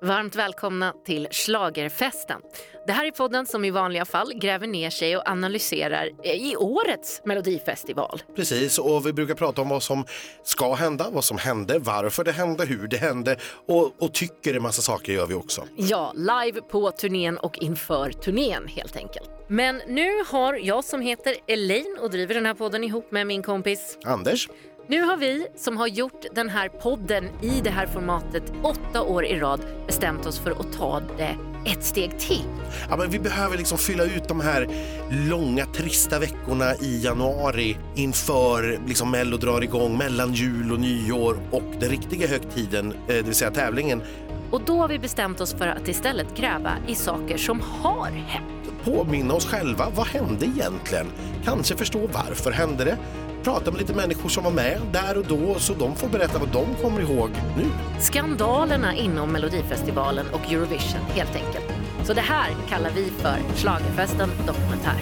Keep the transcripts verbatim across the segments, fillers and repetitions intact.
Varmt välkomna till Schlagerfesten. Det här är podden som i vanliga fall gräver ner sig och analyserar i årets Melodifestival. Precis, och vi brukar prata om vad som ska hända, vad som hände, varför det hände, hur det hände och, och tycker en massa saker gör vi också. Ja, live på turnén och inför turnén helt enkelt. Men nu har jag som heter Elaine och driver den här podden ihop med min kompis Anders. Nu har vi som har gjort den här podden i det här formatet åtta år i rad bestämt oss för att ta det ett steg till. Ja, men vi behöver liksom fylla ut de här långa, trista veckorna i januari inför liksom Mello drar igång mellan jul och nyår och den riktiga högtiden, det vill säga tävlingen. Och då har vi bestämt oss för att istället gräva i saker som har hänt. Påminna oss själva, vad hände egentligen? Kanske förstå varför hände det? Prata med lite människor som var med där och då så de får berätta vad de kommer ihåg nu. Skandalerna inom Melodifestivalen och Eurovision helt enkelt. Så det här kallar vi för Schlagerfesten dokumentär.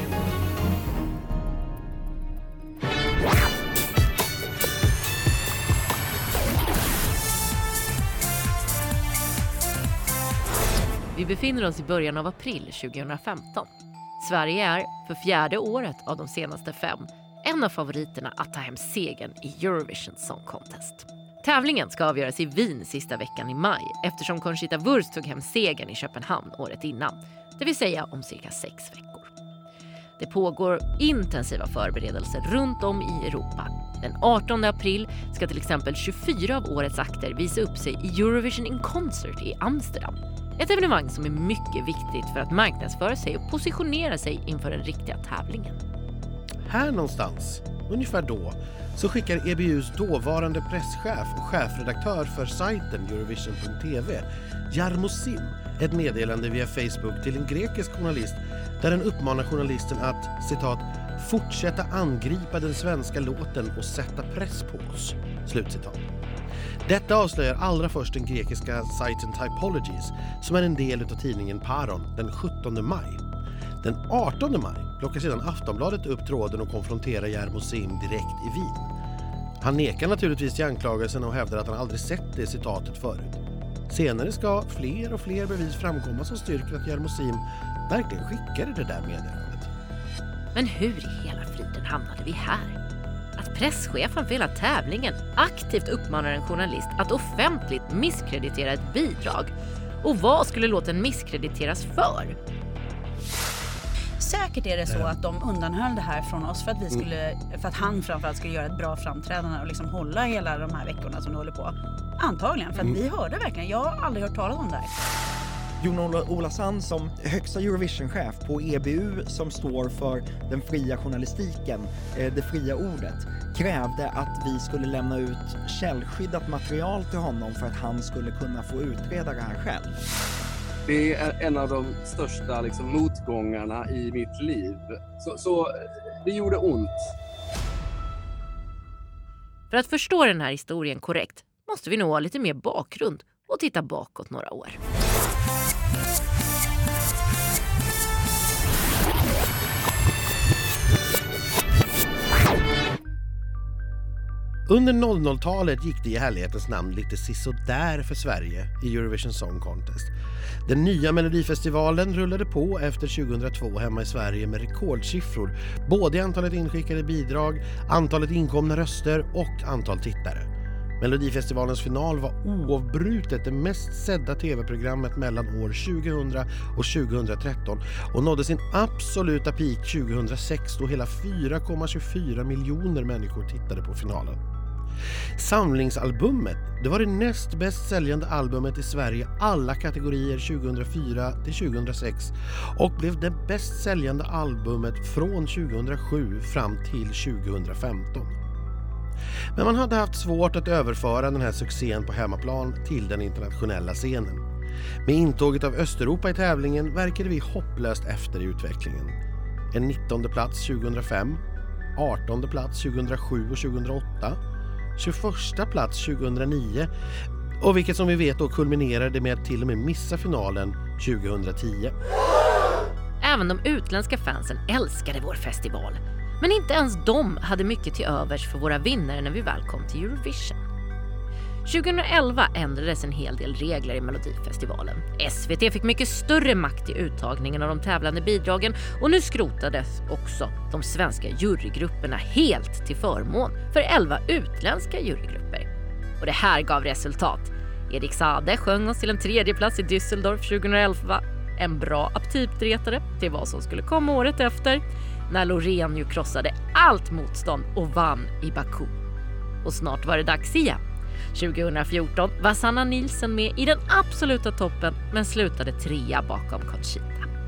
Vi befinner oss i början av april tjugohundrafemton. Sverige är för fjärde året av de senaste fem en av favoriterna att ta hem segern i Eurovision Song Contest. Tävlingen ska avgöras i Wien sista veckan i maj eftersom Conchita Wurst tog hem segern i Köpenhamn året innan, det vill säga om cirka sex veckor. Det pågår intensiva förberedelser runt om i Europa. Den artonde april ska till exempel tjugofyra av årets akter visa upp sig i Eurovision in Concert i Amsterdam. Ett evenemang som är mycket viktigt för att marknadsföra sig och positionera sig inför den riktiga tävlingen. Här någonstans, ungefär då, så skickar E B U:s dåvarande presschef och chefredaktör för sajten Eurovision punkt t v, Jarmo Sim, ett meddelande via Facebook till en grekisk journalist där den uppmanar journalisten att, citat, fortsätta angripa den svenska låten och sätta press på oss, slutcitat. Detta avslöjar allra först den grekiska sajten Typologies som är en del av tidningen Paron den sjuttonde maj. Den artonde maj plockar sedan Aftonbladet upp tråden och konfronterar Jarmo Sim direkt i Wien. Han nekar naturligtvis till anklagelsen och hävdar att han aldrig sett det citatet förut. Senare ska fler och fler bevis framkomma som styrker att Jarmo Sim verkligen skickade det där meddelandet. Men hur i hela friden hamnade vi här? Att presschefen för hela tävlingen aktivt uppmanar en journalist att offentligt misskreditera ett bidrag. Och vad skulle låten misskrediteras för? Säkert är det så att de undanhöll det här från oss för att, vi skulle, för att han framförallt skulle göra ett bra framträdande och liksom hålla hela de här veckorna som det håller på. Antagligen, för att vi hörde verkligen. Jag har aldrig hört talas om det här. Jon Ola Sand som högsta Eurovision-chef på E B U som står för den fria journalistiken, det fria ordet, krävde att vi skulle lämna ut källskyddat material till honom för att han skulle kunna få utreda det här själv. Det är en av de största liksom, motgångarna i mitt liv. Så, så det gjorde ont. För att förstå den här historien korrekt måste vi nog ha lite mer bakgrund och titta bakåt några år. Under noll noll-talet gick det i härlighetens namn lite sisådär för Sverige i Eurovision Song Contest. Den nya Melodifestivalen rullade på efter tjugohundratvå hemma i Sverige med rekordsiffror, både i antalet inskickade bidrag, antalet inkomna röster och antal tittare. Melodifestivalens final var oavbrutet det mest sedda tv-programmet mellan år tjugohundra och tjugohundratretton och nådde sin absoluta peak tjugohundrasex då hela fyra komma tjugofyra miljoner människor tittade på finalen. Samlingsalbumet, det var det näst bäst säljande albumet i Sverige alla kategorier tjugohundrafyra till tjugohundrasex och blev det bäst säljande albumet från tjugohundrasju fram till tjugohundrafemton. Men man hade haft svårt att överföra den här succén på hemmaplan till den internationella scenen. Med intåget av Östeuropa i tävlingen verkade vi hopplöst efter i utvecklingen. En nittonde plats tjugohundrafem, artonde plats tjugohundrasju och tjugohundraåtta, tjugoförsta plats tjugohundranio och vilket som vi vet då kulminerade med att till och med missa finalen tjugohundratio. Även de utländska fansen älskade vår festival. Men inte ens de hade mycket till övers för våra vinnare när vi väl kom till Eurovision. tjugohundraelva ändrades en hel del regler i Melodifestivalen. S V T fick mycket större makt i uttagningen av de tävlande bidragen och nu skrotades också de svenska jurygrupperna helt till förmån för elva utländska jurygrupper. Och det här gav resultat. Erik Saade sjöng oss till en tredje plats i Düsseldorf tjugohundraelva. En bra aptitretare till vad som skulle komma året efter, när Loreen ju krossade allt motstånd och vann i Baku. Och snart var det dags igen. tjugohundrafjorton var Sanna Nielsen med i den absoluta toppen men slutade trea bakom Conchita.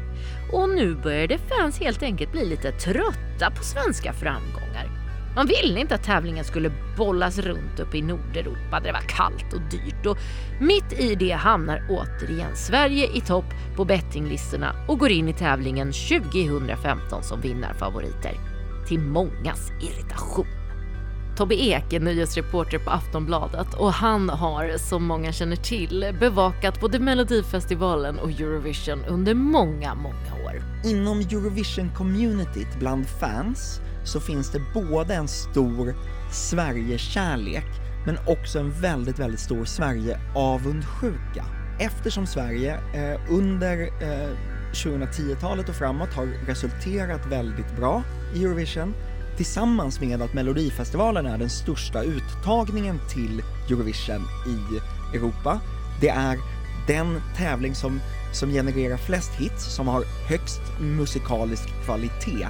Och nu började fans helt enkelt bli lite trötta på svenska framgångar. Man ville inte att tävlingen skulle bollas runt upp i Nordeuropa där det var kallt och dyrt. Och mitt i det hamnar återigen Sverige i topp på bettinglistorna och går in i tävlingen tjugohundrafemton som vinnarfavoriter. Till mångas irritation. Tobbe Ek är nyhetsreporter på Aftonbladet och han har, som många känner till, bevakat både Melodifestivalen och Eurovision under många, många år. Inom Eurovision-communityt bland fans så finns det både en stor Sverige-kärlek men också en väldigt, väldigt stor Sverige-avundsjuka. Eftersom Sverige eh, under eh, tjugohundratiotalet och framåt har resulterat väldigt bra i Eurovision, tillsammans med att Melodifestivalen är den största uttagningen till Eurovision i Europa. Det är den tävling som, som genererar flest hits, som har högst musikalisk kvalitet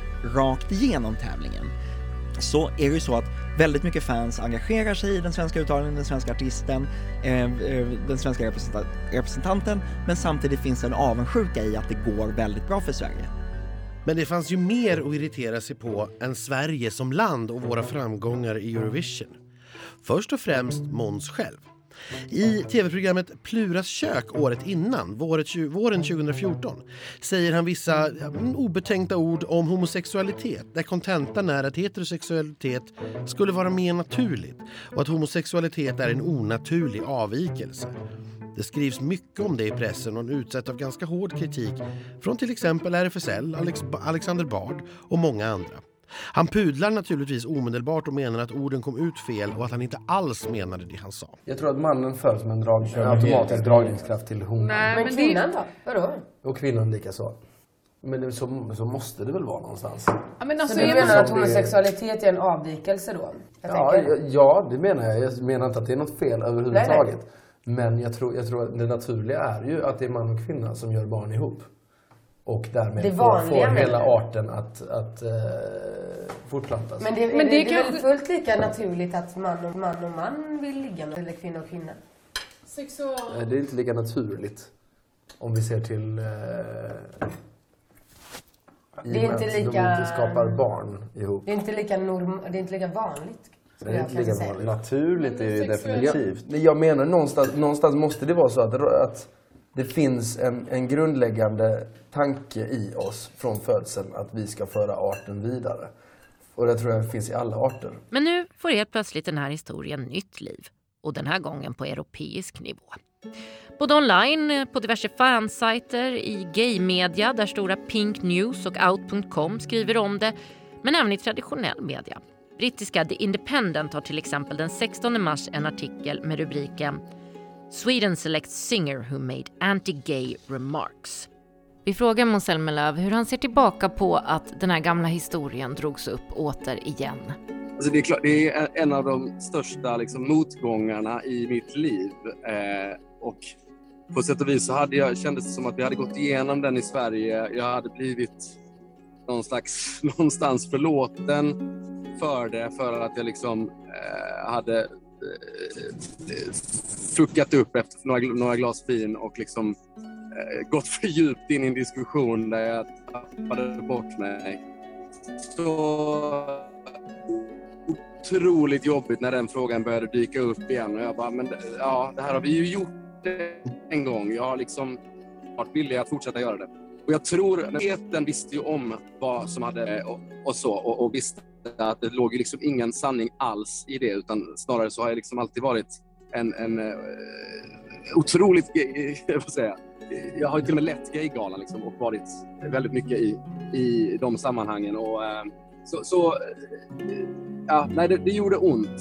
rakt igenom tävlingen. Så är det ju så att väldigt mycket fans engagerar sig i den svenska uttagningen, den svenska artisten, eh, eh, den svenska representa- representanten, men samtidigt finns det en avundsjuka i att det går väldigt bra för Sverige. Men det fanns ju mer att irritera sig på än Sverige som land och våra framgångar i Eurovision. Först och främst Måns själv. I tv-programmet Pluras kök året innan, våren tjugohundrafjorton, säger han vissa ja, obetänkta ord om homosexualitet, där kontentan är att heterosexualitet skulle vara mer naturligt och att homosexualitet är en onaturlig avvikelse. Det skrivs mycket om det i pressen och utsätts av ganska hård kritik från till exempel R F S L, Alex, Alexander Bard och många andra. Han pudlar naturligtvis omedelbart och menar att orden kom ut fel och att han inte alls menade det han sa. Jag tror att mannen föds med en, drag, en automatisk dragningskraft till honom. Nej, men kvinnan då? Vadå? Och kvinnan lika så. Men det, så, så måste det väl vara någonstans. Ja, men alltså, så du menar att homosexualitet är en avvikelse då? Jag ja, ja, ja, det menar jag. Jag menar inte att det är något fel överhuvudtaget. Nej, nej. Men jag tror, jag tror att det naturliga är ju att det är man och kvinna som gör barn ihop. Och därmed får, får hela arten att, att uh, fortplantas. Men det, men det, det, det är kan... väl fullt lika naturligt att man och man, och man vill ligga med, eller kvinna och kvinna? Sexual... Det är inte lika naturligt om vi ser till... Uh, det är inte lika... De inte skapar barn ihop. Det är inte lika, norm... det är inte lika vanligt. Det är inte lika vanligt. Naturligt är det ju definitivt. Jag, jag menar någonstans, någonstans måste det vara så att, att det finns en, en grundläggande tanke i oss från födseln att vi ska föra arten vidare. Och det tror jag finns i alla arter. Men nu får helt plötsligt den här historien nytt liv. Och den här gången på europeisk nivå. Både online, på diverse fansajter, i gaymedia där stora Pink News och Out punkt com skriver om det. Men även i traditionell media. Brittiska The Independent har till exempel den sextonde mars en artikel med rubriken Sweden selects singer who made anti-gay remarks. Vi frågar Måns Zelmerlöw hur han ser tillbaka på att den här gamla historien drogs upp åter igen. Alltså det, är klart, det är en av de största liksom, motgångarna i mitt liv. Eh, och på sätt och vis så hade jag, kändes det som att vi hade gått igenom den i Sverige. Jag hade blivit någon slags, någonstans förlåten för det, för att jag liksom eh, hade eh, fuckat upp efter några, några glas vin och liksom eh, gått för djupt in i en diskussion där jag tappade bort mig. Så otroligt jobbigt när den frågan började dyka upp igen och jag bara, men ja, det här har vi ju gjort en gång. Jag har liksom varit villig att fortsätta göra det. Och jag tror, den visste ju om vad som hade och, och så och, och visste att det låg ju liksom ingen sanning alls i det, utan snarare så har jag liksom alltid varit en, en uh, otroligt, vad säger jag, jag har ju till och med lett gaygalan liksom och varit väldigt mycket i, i de sammanhangen och uh, så, så uh, ja, nej det, det gjorde ont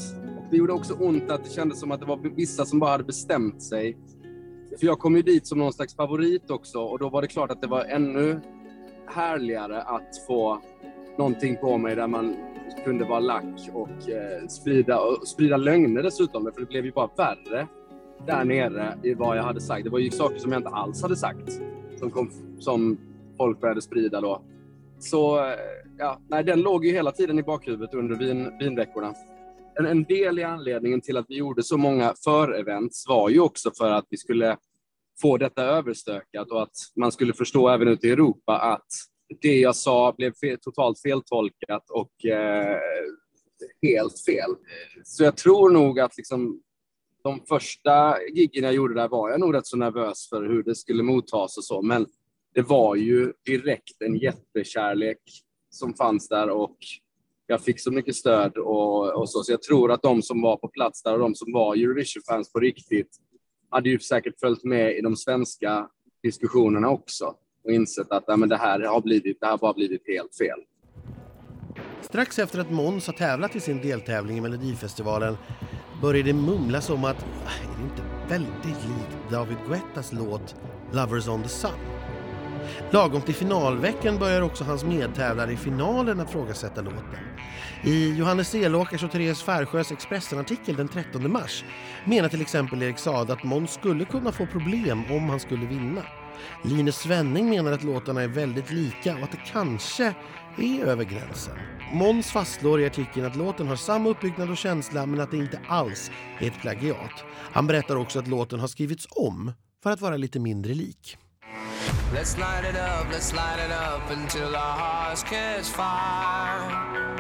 det gjorde också ont att det kändes som att det var vissa som bara hade bestämt sig. För jag kom ju dit som någon slags favorit också, och då var det klart att det var ännu härligare att få någonting på mig där man kunde vara lack och eh, sprida, och sprida lögner dessutom, för det blev ju bara värre där nere i vad jag hade sagt. Det var ju saker som jag inte alls hade sagt som, kom, som folk började sprida då. Så eh, ja, nej, den låg ju hela tiden i bakhuvudet under vin, vinveckorna. En, en del i anledningen till att vi gjorde så många för-events var ju också för att vi skulle få detta överstökat och att man skulle förstå även ute i Europa att det jag sa blev fel, totalt feltolkat och eh, helt fel. Så jag tror nog att liksom, de första giggen jag gjorde där var jag nog rätt så nervös för hur det skulle mottas och så. Men det var ju direkt en jättekärlek som fanns där och jag fick så mycket stöd och, och så. Så jag tror att de som var på plats där och de som var Eurovision-fans på riktigt hade ju säkert följt med i de svenska diskussionerna också. Och insett att ja, men det här har blivit, det här bara blivit helt fel. Strax efter att Måns har tävlat i sin deltävling i Melodifestivalen började det mumlas om att är det inte väldigt likt David Guettas låt Lovers on the Sun. Lagom till finalveckan börjar också hans medtävlare i finalen att frågasätta låten. I Johannes Elåkers och Therese Färsjös Expressen-artikel den trettonde mars menar till exempel Erik Saade att Måns skulle kunna få problem om han skulle vinna. Linus Svenning menar att låtarna är väldigt lika och att det kanske är över gränsen. Måns fastslår i artikeln att låten har samma uppbyggnad och känsla men att det inte alls är ett plagiat. Han berättar också att låten har skrivits om för att vara lite mindre lik. Let's light it up, let's light it up until our hearts catch fire.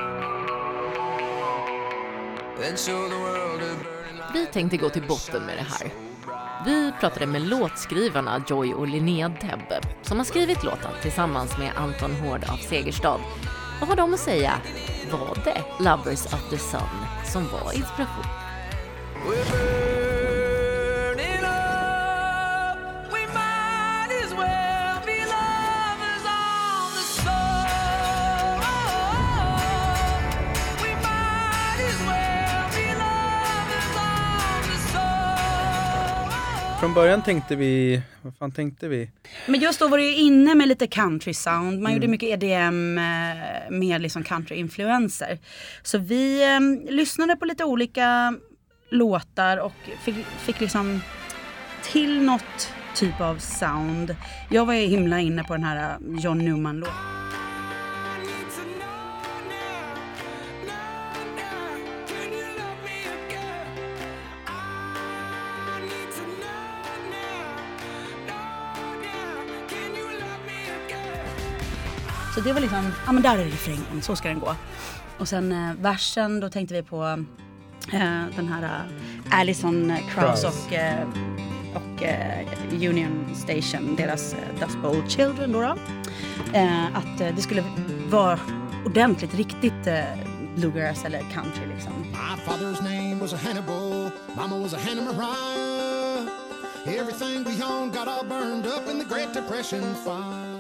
Then show the world a burning light. Vi tänkte gå till botten med det här. Vi pratade med låtskrivarna Joy och Linnea Debbe som har skrivit låten tillsammans med Anton Hård av Segerstad. Vad har de att säga? Var det Lovers of the Sun som var inspiration? Från början tänkte vi, vad fan tänkte vi? Men just då var det ju inne med lite country sound. Man mm. gjorde mycket E D M med liksom country-influenser. Så vi eh, lyssnade på lite olika låtar och fick, fick liksom till något typ av sound. Jag var ju himla inne på den här John Newman-låten. Så det var liksom, ja men där är refrängen, så ska den gå. Och sen eh, versen, då tänkte vi på eh, den här eh, Alison Krauss och, eh, och eh, Union Station, deras eh, Dust Bowl Children då. då. Eh, att eh, det skulle vara ordentligt, riktigt eh, bluegrass eller country liksom. My father's name was a Hannibal, mama was a Hannah Mariah. Everything we owned got all burned up in the Great Depression fire.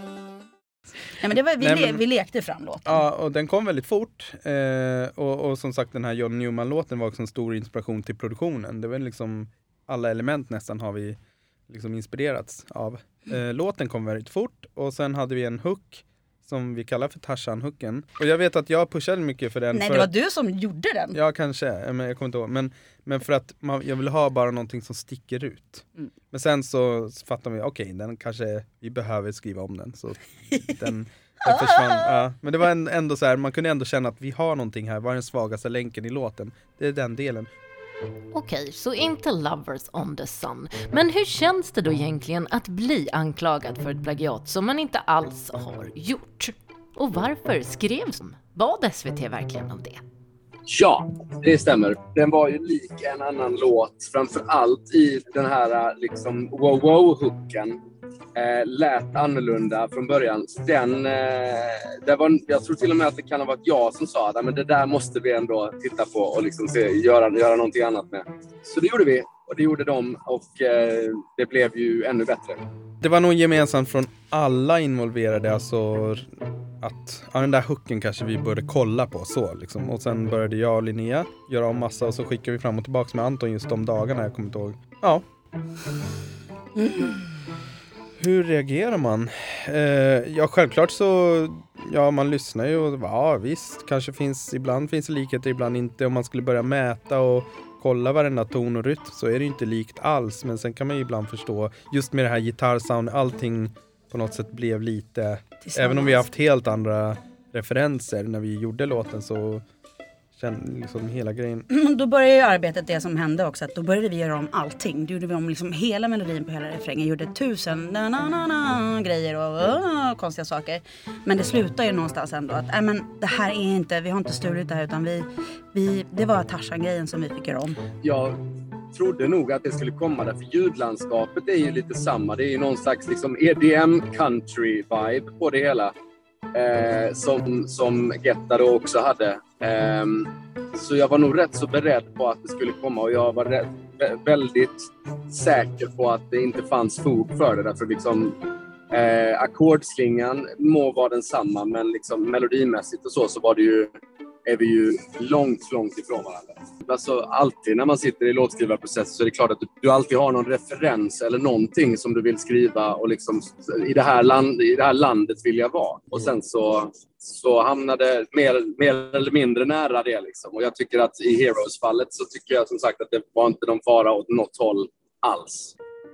Nej, men det var, vi, Nej, le, men, vi lekte fram låten. Ja, och den kom väldigt fort. Eh, och, och som sagt, den här John Newman-låten var också en stor inspiration till produktionen. Det var liksom, alla element nästan har vi liksom inspirerats av. Eh, låten kom väldigt fort och sen hade vi en hook som vi kallar för Tarzan-hooken. Och jag vet att jag pushade mycket för den. Nej, för det var att, du som gjorde den. Ja, kanske. Men jag kommer inte ihåg. Men, men för att man, jag ville ha bara någonting som sticker ut. Mm. Men sen så fattade vi, okej, okay, den kanske, vi behöver skriva om den. Så den, den försvann. Ja. Men det var en, ändå så här, man kunde ändå känna att vi har någonting här. Vad är den svagaste länken i låten? Det är den delen. Okej, så inte Lovers on the Sun. Men hur känns det då egentligen att bli anklagad för ett plagiat som man inte alls har gjort? Och varför skrevs de? Bad S V T verkligen om det? Ja, det stämmer. Den var ju lik en annan låt. Framförallt i den här liksom wow-wow-hooken. Eh, lät annorlunda från början. Den, eh, det var, jag tror till och med att det kan ha varit jag som sa att men det där måste vi ändå titta på och liksom se, göra, göra någonting annat med. Så det gjorde vi och det gjorde de och eh, det blev ju ännu bättre. Det var nog gemensamt från alla involverade, alltså att ja, den där hooken kanske vi började kolla på så liksom. Och sen började jag och Linnea göra om massa och så skickade vi fram och tillbaka med Anton just de dagarna, jag kommer inte ihåg. Ja. Mm. Hur reagerar man? Eh, ja, självklart så ja, man lyssnar ju och ja, visst, kanske finns ibland finns det likheter, ibland inte. Om man skulle börja mäta och kolla varenda ton och rytm så är det ju inte likt alls. Men sen kan man ju ibland förstå, just med det här gitarrsound, allting på något sätt blev lite, även om vi har haft helt andra referenser när vi gjorde låten så kände liksom hela grejen. Då började ju arbetet det som hände också, att då började vi göra om allting. Då gjorde vi om liksom hela melodin på hela refrängen, gjorde tusen na, na, na, na, grejer och uh, konstiga saker. Men det slutar ju någonstans ändå att äh, men det här är inte, vi har inte stulit det här utan vi, vi det var Tarzan-grejen som vi fick göra om. Jag trodde nog att det skulle komma där, för ljudlandskapet är ju lite samma. Det är ju någon slags liksom E D M country vibe på det hela. Eh, som, som Getta då också hade. Eh, så jag var nog rätt så beredd på att det skulle komma och jag var rätt, väldigt säker på att det inte fanns fog för det. Därför liksom eh, ackordslingan må vara densamma, men liksom melodimässigt och så så var det ju, är vi ju långt, långt ifrån varandra. Alltså alltid när man sitter i låtskrivarprocess så är det klart att du, du alltid har någon referens eller någonting som du vill skriva och liksom i det här, land, i det här landet vill jag vara. Och sen så, så hamnade mer, mer eller mindre nära det liksom. Och jag tycker att i Heroes-fallet så tycker jag som sagt att det var inte någon fara åt något håll alls.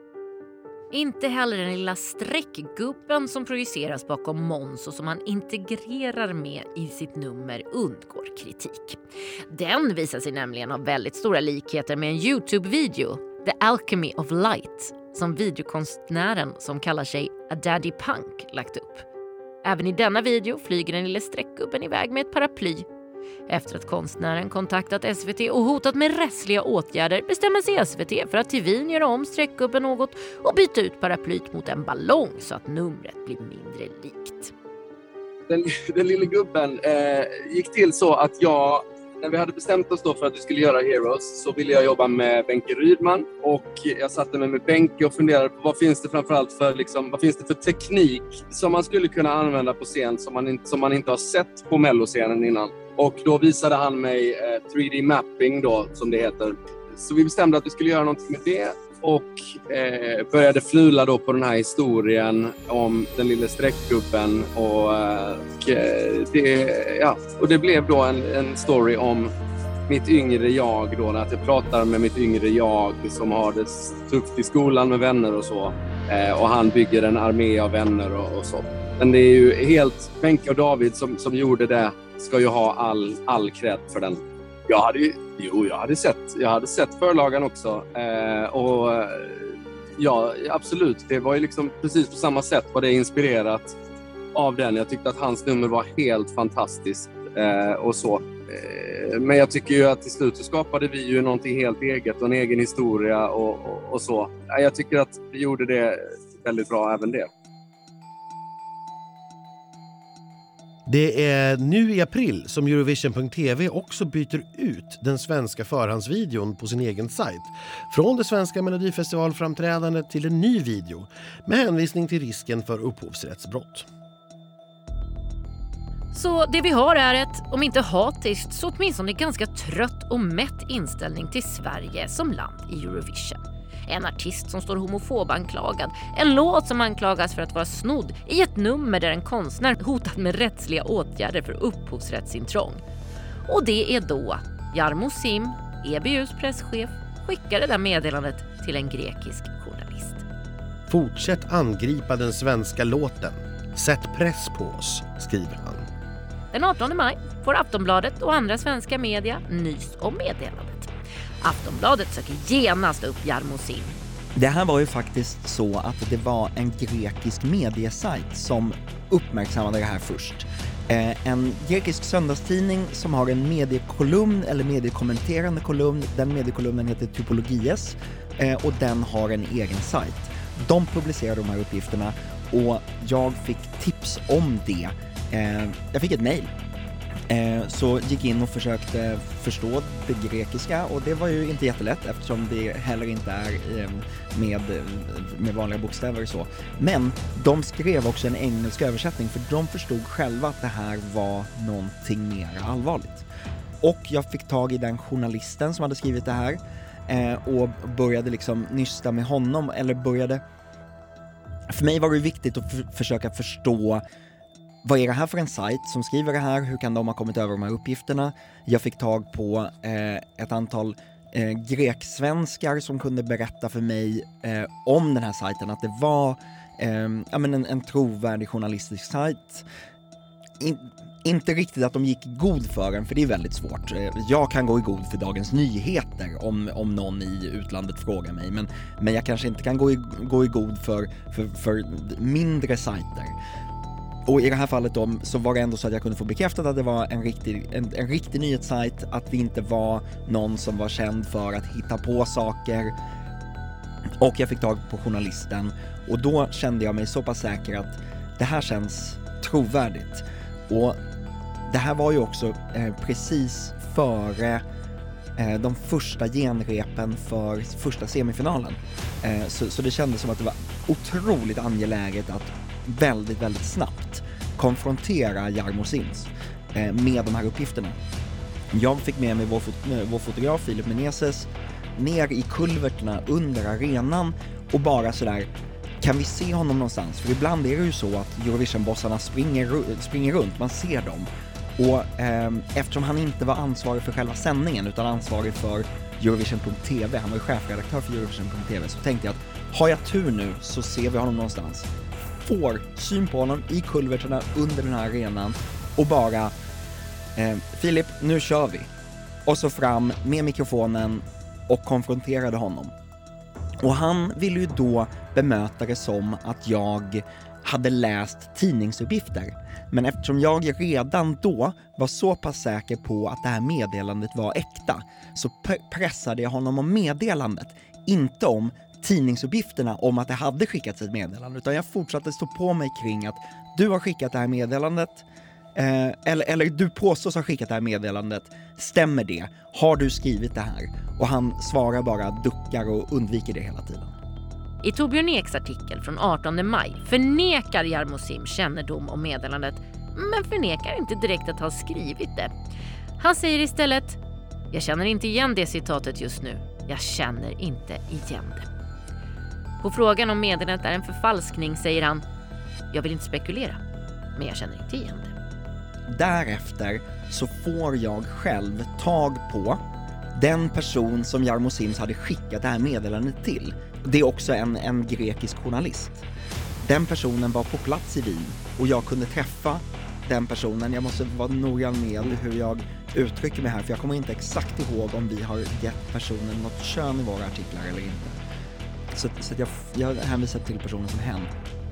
Inte heller den lilla streckgubben som projiceras bakom Måns och som han integrerar med i sitt nummer undgår kritik. Den visar sig nämligen ha väldigt stora likheter med en YouTube-video, The Alchemy of Light, som videokonstnären som kallar sig A Daddy Punk lagt upp. Även i denna video flyger den lilla streckgubben iväg med ett paraply. Efter att konstnären kontaktat S V T och hotat med rättsliga åtgärder bestämmer sig S V T för att till Wien göra om streckgubben något och byta ut paraplyt mot en ballong så att numret blir mindre likt. Den, den lilla gubben eh, gick till så att jag, när vi hade bestämt oss då för att vi skulle göra Heroes, så ville jag jobba med Benke Rydman och jag satte mig med Benke och funderade på vad finns det framförallt för, liksom, vad finns det för teknik som man skulle kunna använda på scen som man inte, som man inte har sett på melloscenen innan. Och då visade han mig eh, tre D mapping då, som det heter. Så vi bestämde att vi skulle göra någonting med det och eh, började flula då på den här historien om den lilla streckgubben och, och, det, ja, och det blev då en, en story om mitt yngre jag då, när jag pratar med mitt yngre jag som har det tufft i skolan med vänner och så. Eh, och han bygger en armé av vänner och, och så. Men det är ju helt, Benke och David som, som gjorde det ska ju ha all, all cred för den. Jag hade ju, jo, jag hade sett, jag hade sett förlagan också. Eh, och ja, absolut, det var ju liksom precis på samma sätt var det inspirerat av den. Jag tyckte att hans nummer var helt fantastiskt eh, och så. Eh, men jag tycker ju att till slut så skapade vi ju någonting helt eget och en egen historia och, och, och så. Jag tycker att vi gjorde det väldigt bra även det. Det är nu i april som Eurovision punkt T V också byter ut den svenska förhandsvideon på sin egen sajt. Från det svenska Melodifestivalframträdandet till en ny video med hänvisning till risken för upphovsrättsbrott. Så det vi har är ett, om inte hatiskt, så åtminstone ganska trött och mätt inställning till Sverige som land i Eurovision. En artist som står homofobanklagad, en låt som anklagas för att vara snodd i ett nummer där en konstnär hotat med rättsliga åtgärder för upphovsrättsintrång. Och det är då Jarmo Sim, E B U:s presschef, skickar det där meddelandet till en grekisk journalist. Fortsätt angripa den svenska låten. Sätt press på oss, skriver han. Den artonde maj får Aftonbladet och andra svenska media nys om meddelandet. Aftonbladet söker genast upp Jarmo Sim. Det här var ju faktiskt så att det var en grekisk mediesajt som uppmärksammade det här först. Eh, en grekisk söndagstidning som har en mediekolumn eller mediekommenterande kolumn. Den mediekolumnen heter Typologies eh, och den har en egen sajt. De publicerar de här uppgifterna och jag fick tips om det. Eh, jag fick ett mejl Eh, så gick in och försökte förstå det grekiska, och det var ju inte jättelätt eftersom det heller inte är eh, med, med vanliga bokstäver och så. Men de skrev också en engelsk översättning, för de förstod själva att det här var någonting mer allvarligt. Och jag fick tag i den journalisten som hade skrivit det här eh, och började liksom nysta med honom, eller började... För mig var det viktigt att f- försöka förstå vad är det här för en sajt som skriver det här, hur kan de ha kommit över de här uppgifterna. Jag fick tag på eh, ett antal eh, greksvenskar som kunde berätta för mig eh, om den här sajten, att det var eh, ja, men en, en trovärdig journalistisk sajt. In, inte riktigt att de gick i god för den, för det är väldigt svårt. Jag kan gå i god för Dagens Nyheter om, om någon i utlandet frågar mig, men, men jag kanske inte kan gå i, gå i god för, för, för mindre sajter. Och i det här fallet då, så var det ändå så att jag kunde få bekräftat att det var en riktig, en, en riktig nyhetssajt, att det inte var någon som var känd för att hitta på saker. Och jag fick tag på journalisten, och då kände jag mig så pass säker att det här känns trovärdigt. Och det här var ju också eh, precis före eh, de första genrepen för första semifinalen. Eh, så, så det kändes som att det var otroligt angeläget att väldigt, väldigt snabbt konfrontera Jarmo Sims eh, med de här uppgifterna. Jag fick med mig vår, fot- vår fotograf Filip Meneses ner i kulverterna under arenan och bara sådär, kan vi se honom någonstans? För ibland är det ju så att Eurovision-bossarna springer, springer runt, man ser dem. Och eh, eftersom han inte var ansvarig för själva sändningen utan ansvarig för Eurovision punkt t v, han var ju chefredaktör för Eurovision punkt t v, så tänkte jag att har jag tur nu så ser vi honom någonstans. Får syn på honom i kulverterna under den här arenan och bara eh, Filip, nu kör vi. Och så fram med mikrofonen och konfronterade honom. Och han ville ju då bemöta det som att jag hade läst tidningsuppgifter. Men eftersom jag redan då var så pass säker på att det här meddelandet var äkta, så p- pressade jag honom om meddelandet. Inte om tidningsuppgifterna om att det hade skickats ett meddelande, utan jag fortsatte stå på mig kring att du har skickat det här meddelandet, eh, eller, eller du påstås ha skickat det här meddelandet. Stämmer det? Har du skrivit det här? Och han svarar bara, duckar och undviker det hela tiden. I Torbjörn Eks artikel från artonde maj förnekar Jarmo Sim kännedom om meddelandet, men förnekar inte direkt att ha skrivit det. Han säger istället, jag känner inte igen det citatet just nu. Jag känner inte igen det. På frågan om meddelandet är en förfalskning säger han, jag vill inte spekulera, men jag känner inte igen det. Därefter så får jag själv tag på den person som Jarmo Sims hade skickat det här meddelandet till. Det är också en, en grekisk journalist. Den personen var på plats i Wien och jag kunde träffa den personen. Jag måste vara noggrann med hur jag uttrycker mig här, för jag kommer inte exakt ihåg om vi har gett personen något kön i våra artiklar eller inte. Så, så att jag, jag hänvisar till personen som hen.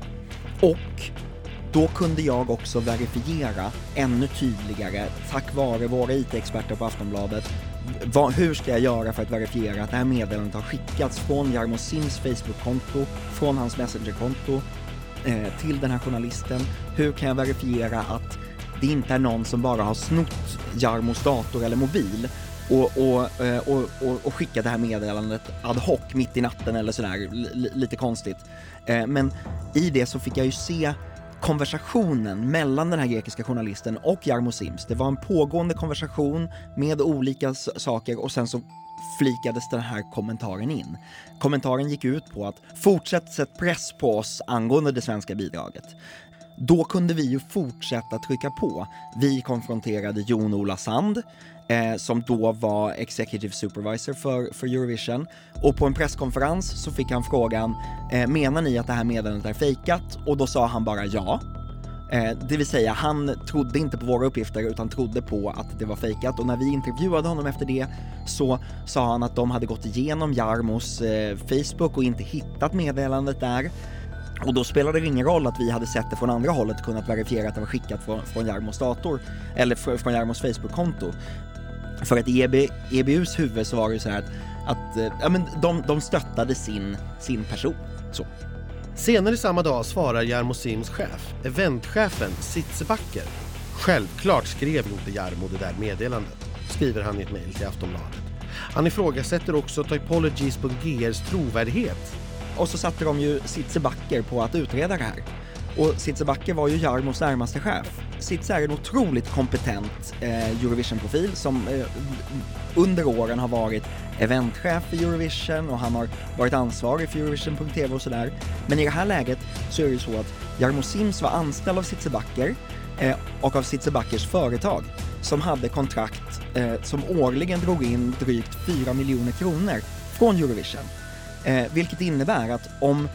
Och då kunde jag också verifiera ännu tydligare, tack vare våra I T-experter på Aftonbladet, vad, hur ska jag göra för att verifiera att det här meddelandet har skickats från Jarmo Sims Facebook-konto, från hans Messenger-konto eh, till den här journalisten. Hur kan jag verifiera att det inte är någon som bara har snott Jarmos dator eller mobil och, och, och, och, och skickat det här meddelandet ad hoc mitt i natten eller sådär, l- lite konstigt. Eh, men i det så fick jag ju se konversationen mellan den här grekiska journalisten och Jarmo Sims. Det var en pågående konversation med olika s- saker och sen så flikades den här kommentaren in. Kommentaren gick ut på att fortsätt sätt press på oss angående det svenska bidraget. Då kunde vi ju fortsätta trycka på. Vi konfronterade Jon Ola Sand eh, som då var executive supervisor för, för Eurovision, och på en presskonferens så fick han frågan, eh, menar ni att det här meddelandet är fejkat? Och då sa han bara ja. Eh, det vill säga, han trodde inte på våra uppgifter utan trodde på att det var fejkat, och när vi intervjuade honom efter det så sa han att de hade gått igenom Jarmos eh, Facebook och inte hittat meddelandet där. Och då spelade det ingen roll att vi hade sett det från andra hållet och kunnat verifiera att det var skickat från, från Jarmos dator eller fr- från Jarmos Facebook-konto. För att i E B, E B U:s huvud så var det ju så här att, att eh, ja, men de, de stöttade sin, sin person. Så. Senare samma dag svarar Jarmo Sims chef, eventchefen Sitze Backer, Självklart skrev inte Jarmo det där meddelandet, skriver han i ett mejl till Aftonbladet. Han ifrågasätter också Typologies punkt g r:s trovärdighet. Och så satte de ju Sitze Backer på att utreda det här. Och Sitze Backer var ju Jarmos närmaste chef. Sitze är en otroligt kompetent eh, Eurovision-profil som eh, under åren har varit eventchef för Eurovision och han har varit ansvarig för Eurovision punkt t v och sådär. Men i det här läget så är det ju så att Jarmo Sims var anställd av Sitze Backer eh, och av Sitze Backers företag som hade kontrakt eh, som årligen drog in drygt fyra miljoner kronor från Eurovision. Eh, vilket innebär att om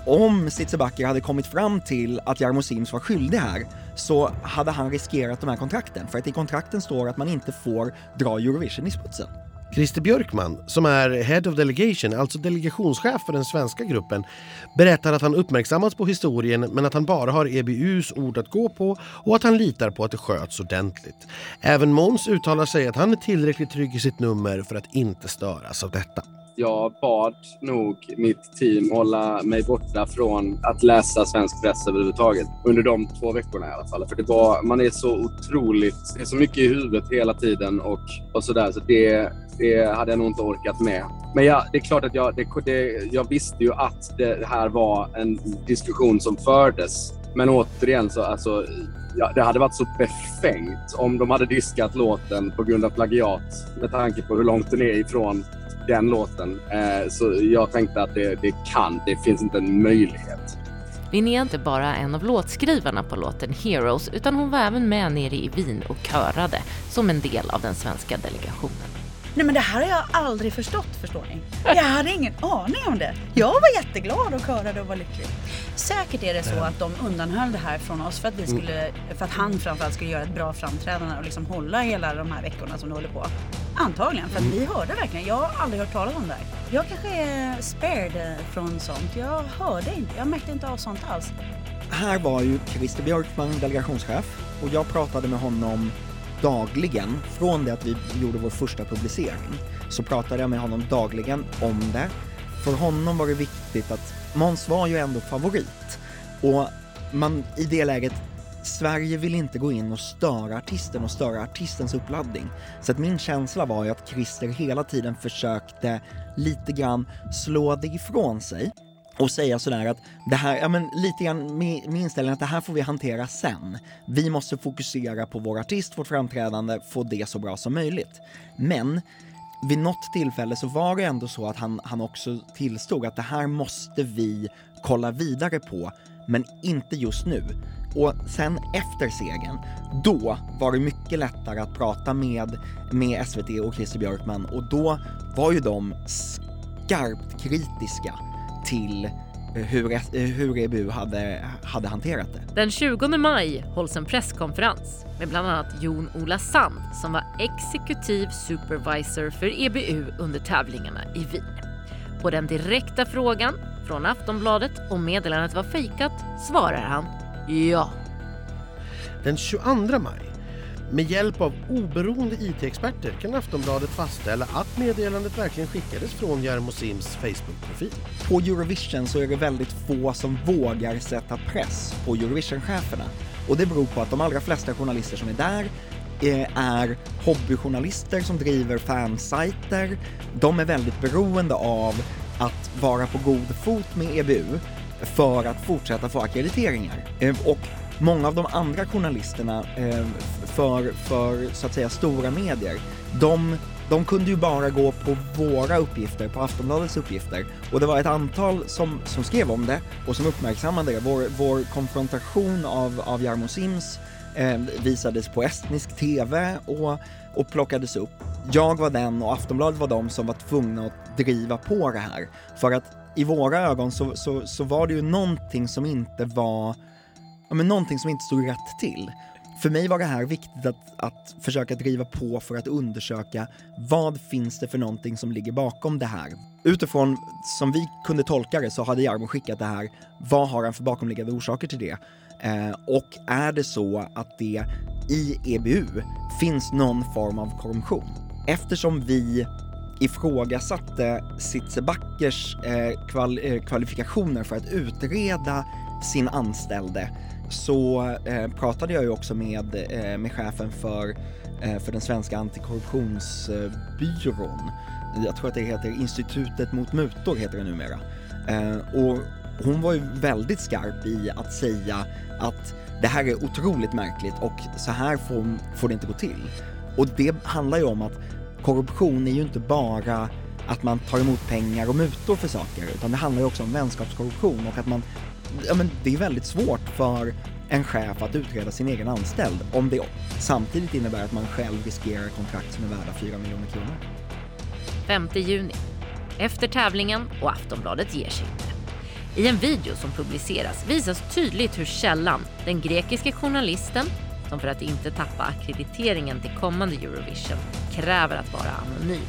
Om Sitze Backer hade kommit fram till att Jarmo Sims var skyldig här så hade han riskerat de här kontrakten. För att i kontrakten står att man inte får dra Eurovision i sputsen. Christer Björkman, som är Head of Delegation, alltså delegationschef för den svenska gruppen, berättar att han uppmärksammats på historien men att han bara har E B U:s ord att gå på och att han litar på att det sköts ordentligt. Även Måns uttalar sig att han är tillräckligt trygg i sitt nummer för att inte störas av detta. Jag bad nog mitt team hålla mig borta från att läsa svensk press överhuvudtaget under de två veckorna i alla fall. För det var, man är så otroligt, det är så mycket i huvudet hela tiden och, och sådär. Så det, det hade jag nog inte orkat med. Men ja, det är klart att jag, det, det, jag visste ju att det här var en diskussion som fördes. Men återigen så, alltså, ja, det hade varit så befängt om de hade diskat låten på grund av plagiat med tanke på hur långt den är ifrån den låten. Eh, så jag tänkte att det, det kan, det finns inte en möjlighet. Linnea är inte bara en av låtskrivarna på låten Heroes utan hon var även med nere i Wien och körade som en del av den svenska delegationen. Nej, men det här har jag aldrig förstått, förstår ni. Jag hade ingen aning om det. Jag var jätteglad och körade och var lycklig. Säkert är det så att de undanhöll det här från oss för att vi skulle, för att han framförallt skulle göra ett bra framträdande och liksom hålla hela de här veckorna som det håller på. Antagligen, för att vi hörde verkligen. Jag har aldrig hört talas om det här. Jag kanske är spared från sånt. Jag hörde inte, jag märkte inte av sånt alls. Här var ju Christer Björkman delegationschef och jag pratade med honom dagligen från det att vi gjorde vår första publicering. Så pratade jag med honom dagligen om det. För honom var det viktigt att Måns var ju ändå favorit. Och man i det läget, Sverige vill inte gå in och störa artisten och störa artistens uppladdning. Så att min känsla var ju att Christer hela tiden försökte lite grann slå det ifrån sig. Och säga sådär att det här, ja men lite grann med, med inställningen att det här får vi hantera sen. Vi måste fokusera på vår artist, vårt framträdande, få det så bra som möjligt. Men vid något tillfälle så var det ändå så att han, han också tillstod att det här måste vi kolla vidare på, men inte just nu. Och sen efter segern, då var det mycket lättare att prata med, med S V T och Christer Björkman och då var ju de skarpt kritiska till hur, hur E B U hade, hade hanterat det. Den tjugonde maj hålls en presskonferens med bland annat Jon Ola Sand som var exekutiv supervisor för E B U under tävlingarna i Wien. På den direkta frågan från Aftonbladet om meddelandet var fejkat svarar han ja. Den tjugoandra maj, med hjälp av oberoende I T-experter kan Aftonbladet fastställa att meddelandet verkligen skickades från Jarmo Sims Facebook-profil. På Eurovision så är det väldigt få som vågar sätta press på Eurovision-cheferna. Och det beror på att de allra flesta journalister som är där är hobbyjournalister som driver fansajter. De är väldigt beroende av att vara på god fot med E B U för att fortsätta få akkrediteringar. Och många av de andra journalisterna för, för så att säga stora medier, de, de kunde ju bara gå på våra uppgifter, på Aftonbladets uppgifter. Och det var ett antal som, som skrev om det och som uppmärksammade det. Vår, vår konfrontation av, av Jarmo Sims eh, visades på estnisk tv och, och plockades upp. Jag var den och Aftonbladet var de som var tvungna att driva på det här. För att i våra ögon så, så, så var det ju någonting som inte var... Ja, men någonting som inte stod rätt till. För mig var det här viktigt att, att försöka driva på för att undersöka vad finns det för någonting som ligger bakom det här. Utifrån som vi kunde tolka det så hade Jarmo skickat det här. Vad har han för bakomliggande orsaker till det? Eh, och är det så att det i E B U finns någon form av korruption? Eftersom vi ifrågasatte Sitzebackers eh, kval- eh, kvalifikationer för att utreda sin anställde, så eh, pratade jag ju också med, eh, med chefen för, eh, för den svenska antikorruptionsbyrån. Jag tror att det heter Institutet mot mutor heter det numera. Eh, och hon var ju väldigt skarp i att säga att det här är otroligt märkligt och så här får, får det inte gå till. Och det handlar ju om att korruption är ju inte bara att man tar emot pengar och mutor för saker, utan det handlar ju också om vänskapskorruption och att man, ja men det är väldigt svårt för en chef att utreda sin egen anställd om det samtidigt innebär att man själv riskerar kontrakt som är värda fyra miljoner kronor. femte juni. Efter tävlingen och Aftonbladet ger sig inte. I en video som publiceras visas tydligt hur källan, den grekiska journalisten, som för att inte tappa akkrediteringen till kommande Eurovision kräver att vara anonym,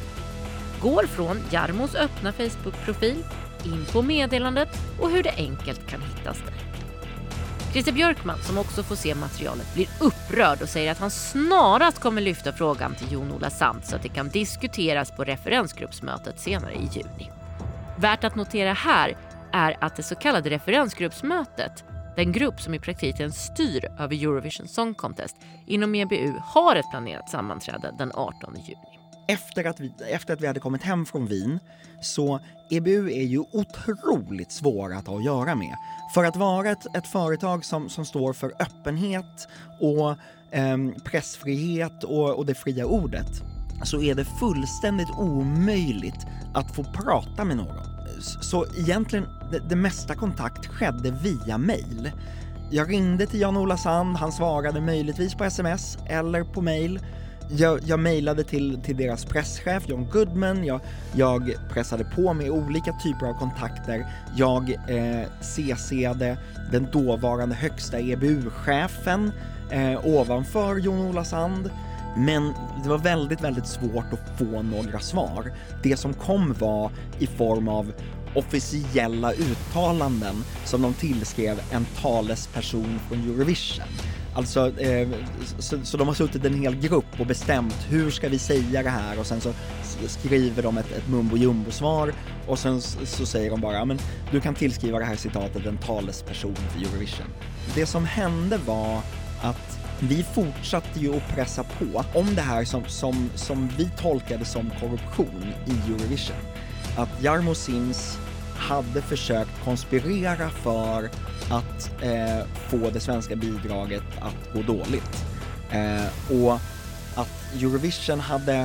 går från Jarmos öppna Facebook-profil in på meddelandet och hur det enkelt kan hittas där. Christer Björkman, som också får se materialet, blir upprörd och säger att han snarast kommer lyfta frågan till Jon-Ola Sand så att det kan diskuteras på referensgruppsmötet senare i juni. Värt att notera här är att det så kallade referensgruppsmötet, den grupp som i praktiken styr över Eurovision Song Contest inom E B U, har ett planerat sammanträde den artonde juni. Efter att, vi, efter att vi hade kommit hem från Wien, så E B U är ju otroligt svåra att ha att göra med. För att vara ett, ett företag som, som står för öppenhet och eh, pressfrihet och, och det fria ordet, så är det fullständigt omöjligt att få prata med någon. Så egentligen, det, det mesta kontakt skedde via mejl. Jag ringde till Jon-Ola Sand, han svarade möjligtvis på sms eller på mejl. Jag, jag mejlade till, till deras presschef John Goodman, jag, jag pressade på med olika typer av kontakter. Jag eh, C C'ade den dåvarande högsta E B U-chefen eh, ovanför Jon-Ola Sand. Men det var väldigt, väldigt svårt att få några svar. Det som kom var i form av officiella uttalanden som de tillskrev en talesperson från Eurovision. Alltså, eh, så, så de har suttit en hel grupp och bestämt hur ska vi säga det här, och sen så skriver de ett, ett mumbo-jumbo-svar och sen så, så säger de bara, men du kan tillskriva det här citatet en talesperson för Eurovision. Det som hände var att vi fortsatte ju att pressa på om det här som, som, som vi tolkade som korruption i Eurovision. Att Jarmo Sims hade försökt konspirera för att eh, få det svenska bidraget att gå dåligt. Eh, och att Eurovision hade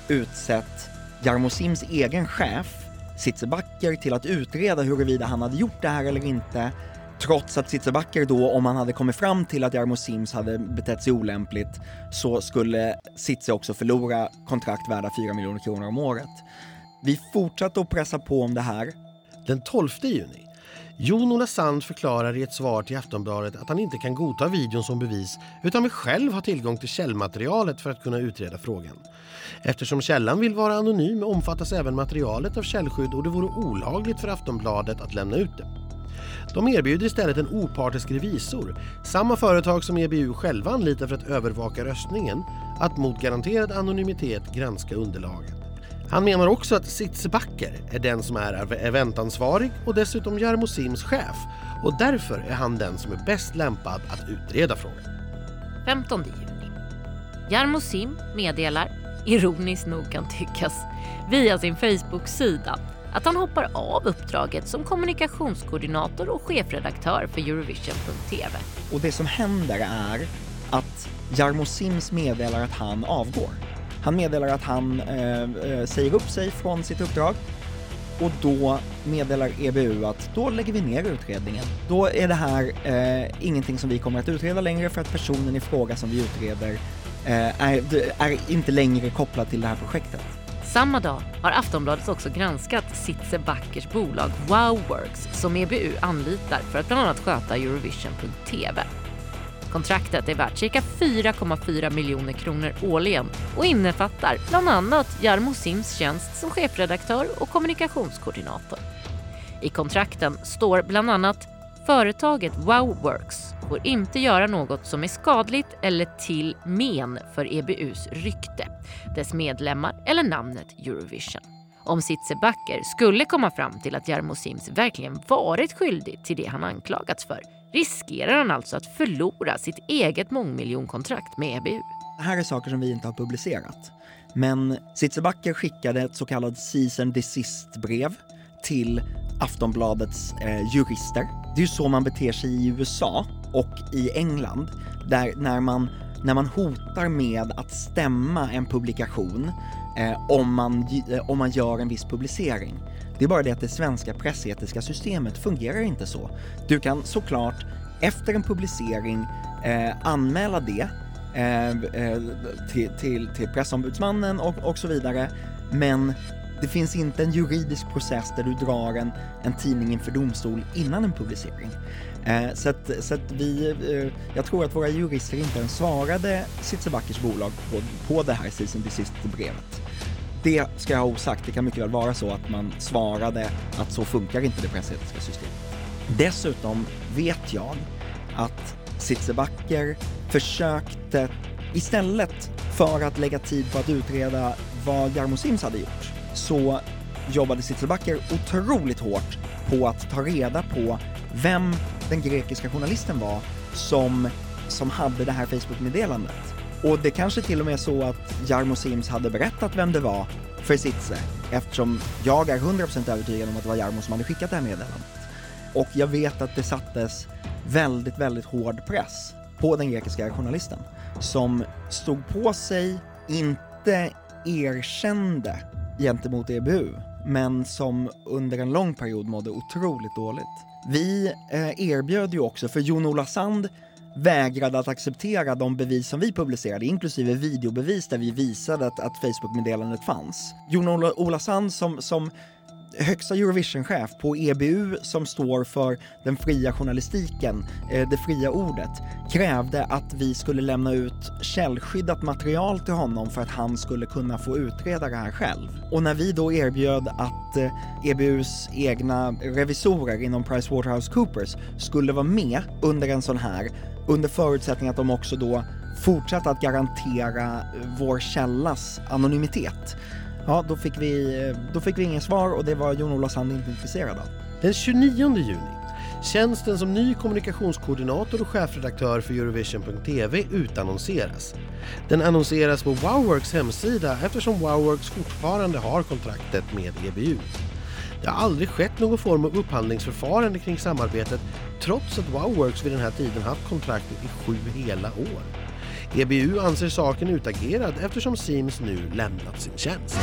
utsett Jarmo Sims egen chef, Sitzebacker, till att utreda huruvida han hade gjort det här eller inte. Trots att Sitzebacker då, om han hade kommit fram till att Jarmo Sims hade betett sig olämpligt, så skulle Sitze också förlora kontrakt värda fyra miljoner kronor om året. Vi fortsatte att pressa på om det här. Den tolfte juni. Jon-Ola Sand förklarar i ett svar till Aftonbladet att han inte kan godta videon som bevis utan vill själv ha tillgång till källmaterialet för att kunna utreda frågan. Eftersom källan vill vara anonym omfattas även materialet av källskydd och det vore olagligt för Aftonbladet att lämna ut det. De erbjuder istället en opartisk revisor, samma företag som E B U själva anlitar för att övervaka röstningen, att mot garanterad anonymitet granska underlaget. Han menar också att Sitzebacker är den som är eventansvarig och dessutom Jarmo Sims chef, och därför är han den som är bäst lämpad att utreda frågan. femtonde juni. Jarmo Sim meddelar, ironiskt nog kan tyckas, via sin Facebook-sida att han hoppar av uppdraget som kommunikationskoordinator och chefredaktör för Eurovision punkt T V. Och det som händer är att Jarmo Sims meddelar att han avgår. Han meddelar att han eh, säger upp sig från sitt uppdrag, och då meddelar E B U att då lägger vi ner utredningen. Då är det här eh, ingenting som vi kommer att utreda längre, för att personen i fråga som vi utreder eh, är, är inte längre kopplad till det här projektet. Samma dag har Aftonbladet också granskat Sitzebackers bolag Wowworks som E B U anlitar för att bland annat sköta Eurovision punkt T V. Kontraktet är värt cirka fyra komma fyra miljoner kronor årligen och innefattar bland annat Jarmo Sims tjänst som chefredaktör och kommunikationskoordinator. I kontrakten står bland annat: företaget Wowworks får inte göra något som är skadligt eller till men för E B U:s rykte, dess medlemmar eller namnet Eurovision. Om Sitzebacker skulle komma fram till att Jarmo Sims verkligen varit skyldig till det han anklagats för, riskerar han alltså att förlora sitt eget mångmiljonkontrakt med E B U. Det här är saker som vi inte har publicerat. Men Sitzebacker skickade ett så kallat cease and desist-brev till Aftonbladets eh, jurister. Det är ju så man beter sig i U S A och i England, där när man, när man hotar med att stämma en publikation eh, om, man, eh, om man gör en viss publicering. Det är bara det att det svenska pressetiska systemet fungerar inte så. Du kan såklart efter en publicering eh, anmäla det eh, eh, till, till, till pressombudsmannen och, och så vidare, men det finns inte en juridisk process där du drar en, en tidning inför domstol innan en publicering. Eh, så att, så att vi, eh, jag tror att våra jurister inte ens svarade Sitzebackers bolag på, på det här cease and desist-brevet. Det ska jag ha osagt, det kan mycket väl vara så att man svarade att så funkar inte det pressetiska systemet. Dessutom vet jag att Sitzebacker försökte, istället för att lägga tid på att utreda vad Jarmo Sims hade gjort, så jobbade Sitzebacker otroligt hårt på att ta reda på vem den grekiska journalisten var som, som hade det här Facebook-meddelandet. Och det kanske till och med är så att Jarmo Sims hade berättat vem det var för Sitze, eftersom jag är hundra procent övertygad om att det var Jarmo som hade skickat det här meddelandet. Och jag vet att det sattes väldigt, väldigt hård press på den grekiska journalisten som stod på sig, inte erkände gentemot E B U, men som under en lång period mådde otroligt dåligt. Vi eh, erbjöd ju också, för Jon-Ola Sand vägrade att acceptera de bevis som vi publicerade, inklusive videobevis där vi visade att, att Facebook-meddelandet fanns. Jon-Ola Sand som, som högsta Eurovision-chef på E B U, som står för den fria journalistiken, eh, det fria ordet, krävde att vi skulle lämna ut källskyddat material till honom för att han skulle kunna få utreda det här själv. Och när vi då erbjöd att eh, E B U:s egna revisorer inom PricewaterhouseCoopers skulle vara med under en sån här, under förutsättning att de också då fortsatte att garantera vår källas anonymitet, ja, då fick vi, då fick vi ingen svar, och det var Jon-Ola Sand inte intresserad av. Den tjugonionde juni, tjänsten som ny kommunikationskoordinator och chefredaktör för Eurovision punkt T V utannonseras. Den annonseras på Wowworks hemsida eftersom Wowworks fortfarande har kontraktet med E B U. Det har aldrig skett någon form av upphandlingsförfarande kring samarbetet, trots att Wowworks vid den här tiden haft kontraktet i sju hela år. E B U anser saken utagerad eftersom Sims nu lämnat sin tjänst.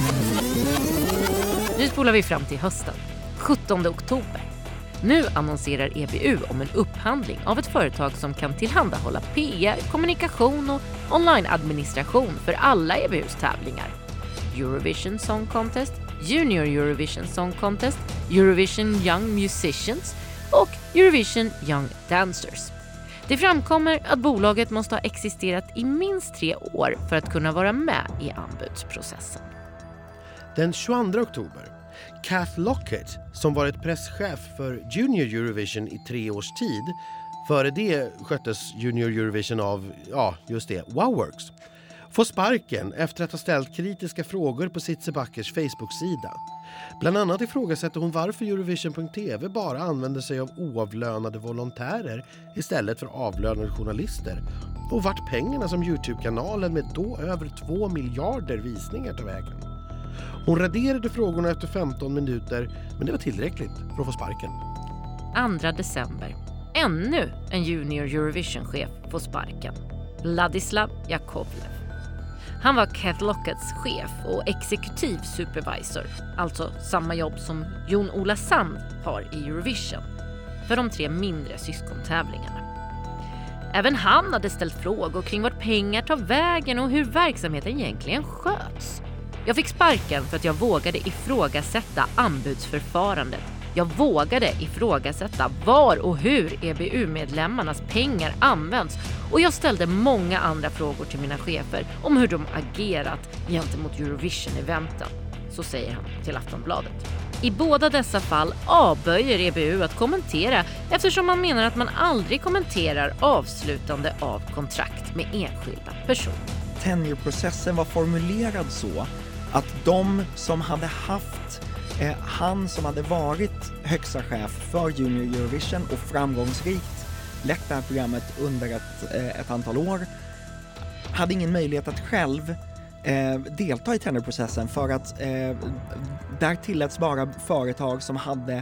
Nu spolar vi fram till hösten, sjuttonde oktober. Nu annonserar E B U om en upphandling av ett företag som kan tillhandahålla P R, kommunikation och online-administration för alla E B U:s tävlingar. Eurovision Song Contest, Junior Eurovision Song Contest, Eurovision Young Musicians och Eurovision Young Dancers. Det framkommer att bolaget måste ha existerat i minst tre år för att kunna vara med i anbudsprocessen. Den tjugoandra oktober, Kath Lockett, som varit presschef för Junior Eurovision i tre års tid, före det sköttes Junior Eurovision av, ja just det, Wowworks, får sparken efter att ha ställt kritiska frågor på Sitzebackers Facebook-sida. Bland annat ifrågasätter hon varför Eurovision punkt T V bara använder sig av oavlönade volontärer istället för avlönade journalister, och vart pengarna som YouTube-kanalen med då över två miljarder visningar tar vägen. Hon raderade frågorna efter femton minuter, men det var tillräckligt för att få sparken. andra december. Ännu en Junior Eurovision-chef får sparken. Ladislav Jakovlev. Han var Kath Locketts chef och exekutiv supervisor, alltså samma jobb som Jon-Ola Sand har i Eurovision, för de tre mindre syskontävlingarna. Även han hade ställt frågor kring vart pengar tar vägen och hur verksamheten egentligen sköts. Jag fick sparken för att jag vågade ifrågasätta anbudsförfarandet. Jag vågade ifrågasätta var och hur E B U-medlemmarnas pengar används, och jag ställde många andra frågor till mina chefer om hur de agerat gentemot Eurovision-eventen. Så säger han till Aftonbladet. I båda dessa fall avböjer E B U att kommentera eftersom man menar att man aldrig kommenterar avslutande av kontrakt med enskilda personer. Tenure-processen var formulerad så att de som hade haft eh, han som hade varit högsta chef för Junior Eurovision och framgångsrikt lett det här programmet under ett, eh, ett antal år hade ingen möjlighet att själv eh, delta i tenderprocessen för att eh, där tilläts bara företag som hade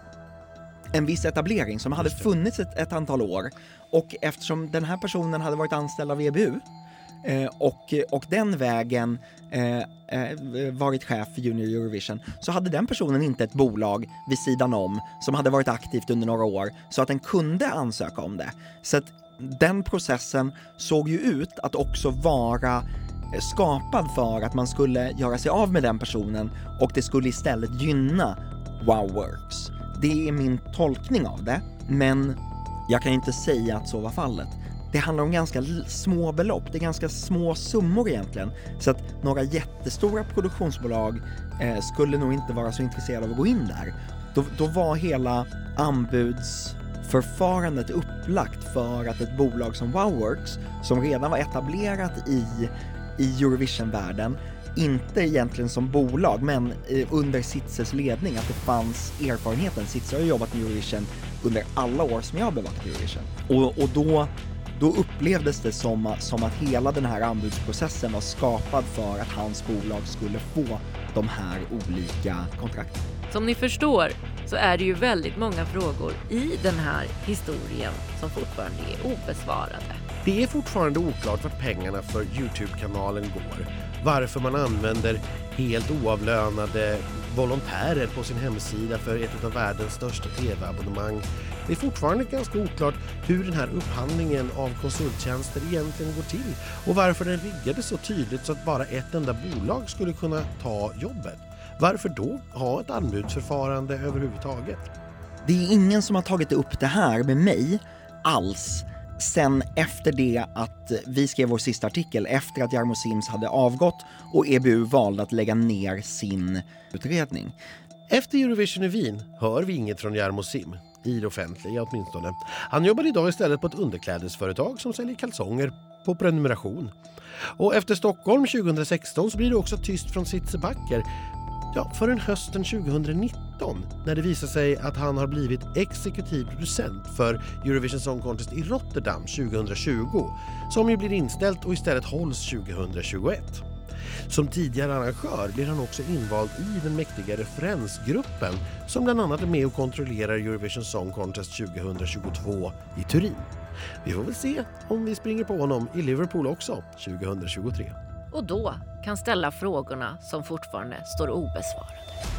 en viss etablering, som hade funnits ett, ett antal år. Och eftersom den här personen hade varit anställd av E B U eh, och, och den vägen eh, eh, varit chef för Junior Eurovision, så hade den personen inte ett bolag vid sidan om som hade varit aktivt under några år så att den kunde ansöka om det. Så att den processen såg ju ut att också vara skapad för att man skulle göra sig av med den personen och det skulle istället gynna Wowworks. Det är min tolkning av det, men jag kan inte säga att så var fallet. Det handlar om ganska små belopp, det är ganska små summor egentligen. Så att några jättestora produktionsbolag eh, skulle nog inte vara så intresserade av att gå in där. Då, då var hela anbudsförfarandet upplagt för att ett bolag som Wowworks, som redan var etablerat i, i Eurovision-världen, inte egentligen som bolag, men eh, under Sitzes ledning, att det fanns erfarenheten. Sitze har jobbat med Eurovision under alla år som jag har bevakat Eurovision. Och, och då, då upplevdes det som, som att hela den här anbudsprocessen var skapad för att hans bolag skulle få de här olika kontrakten. Som ni förstår så är det ju väldigt många frågor i den här historien som fortfarande är obesvarade. Det är fortfarande oklart vart pengarna för YouTube-kanalen går. Varför man använder helt oavlönade volontärer på sin hemsida för ett av världens största tv-abonnemang. Det är fortfarande ganska oklart hur den här upphandlingen av konsulttjänster egentligen går till och varför den riggades så tydligt så att bara ett enda bolag skulle kunna ta jobbet. Varför då ha ett anbudsförfarande överhuvudtaget? Det är ingen som har tagit upp det här med mig alls sen efter det att vi skrev vår sista artikel, efter att Jarmo Sims hade avgått och E B U valde att lägga ner sin utredning. Efter Eurovision i Wien hör vi inget från Jarmo Sim, i det offentliga åtminstone. Han jobbar idag istället på ett underklädesföretag som säljer kalsonger på prenumeration. Och efter Stockholm tjugohundrasexton så blir det också tyst från Sitze Backer. Ja, förrän hösten tjugohundranitton när det visar sig att han har blivit exekutiv producent för Eurovision Song Contest i Rotterdam tjugohundratjugo, som ju blir inställt och istället hålls tjugohundratjugoett. Som tidigare arrangör blir han också invald i den mäktiga referensgruppen som bland annat är med och kontrollerar Eurovision Song Contest tjugohundratjugotvå i Turin. Vi får väl se om vi springer på honom i Liverpool också tjugohundratjugotre. Och då kan ställa frågorna som fortfarande står obesvarade.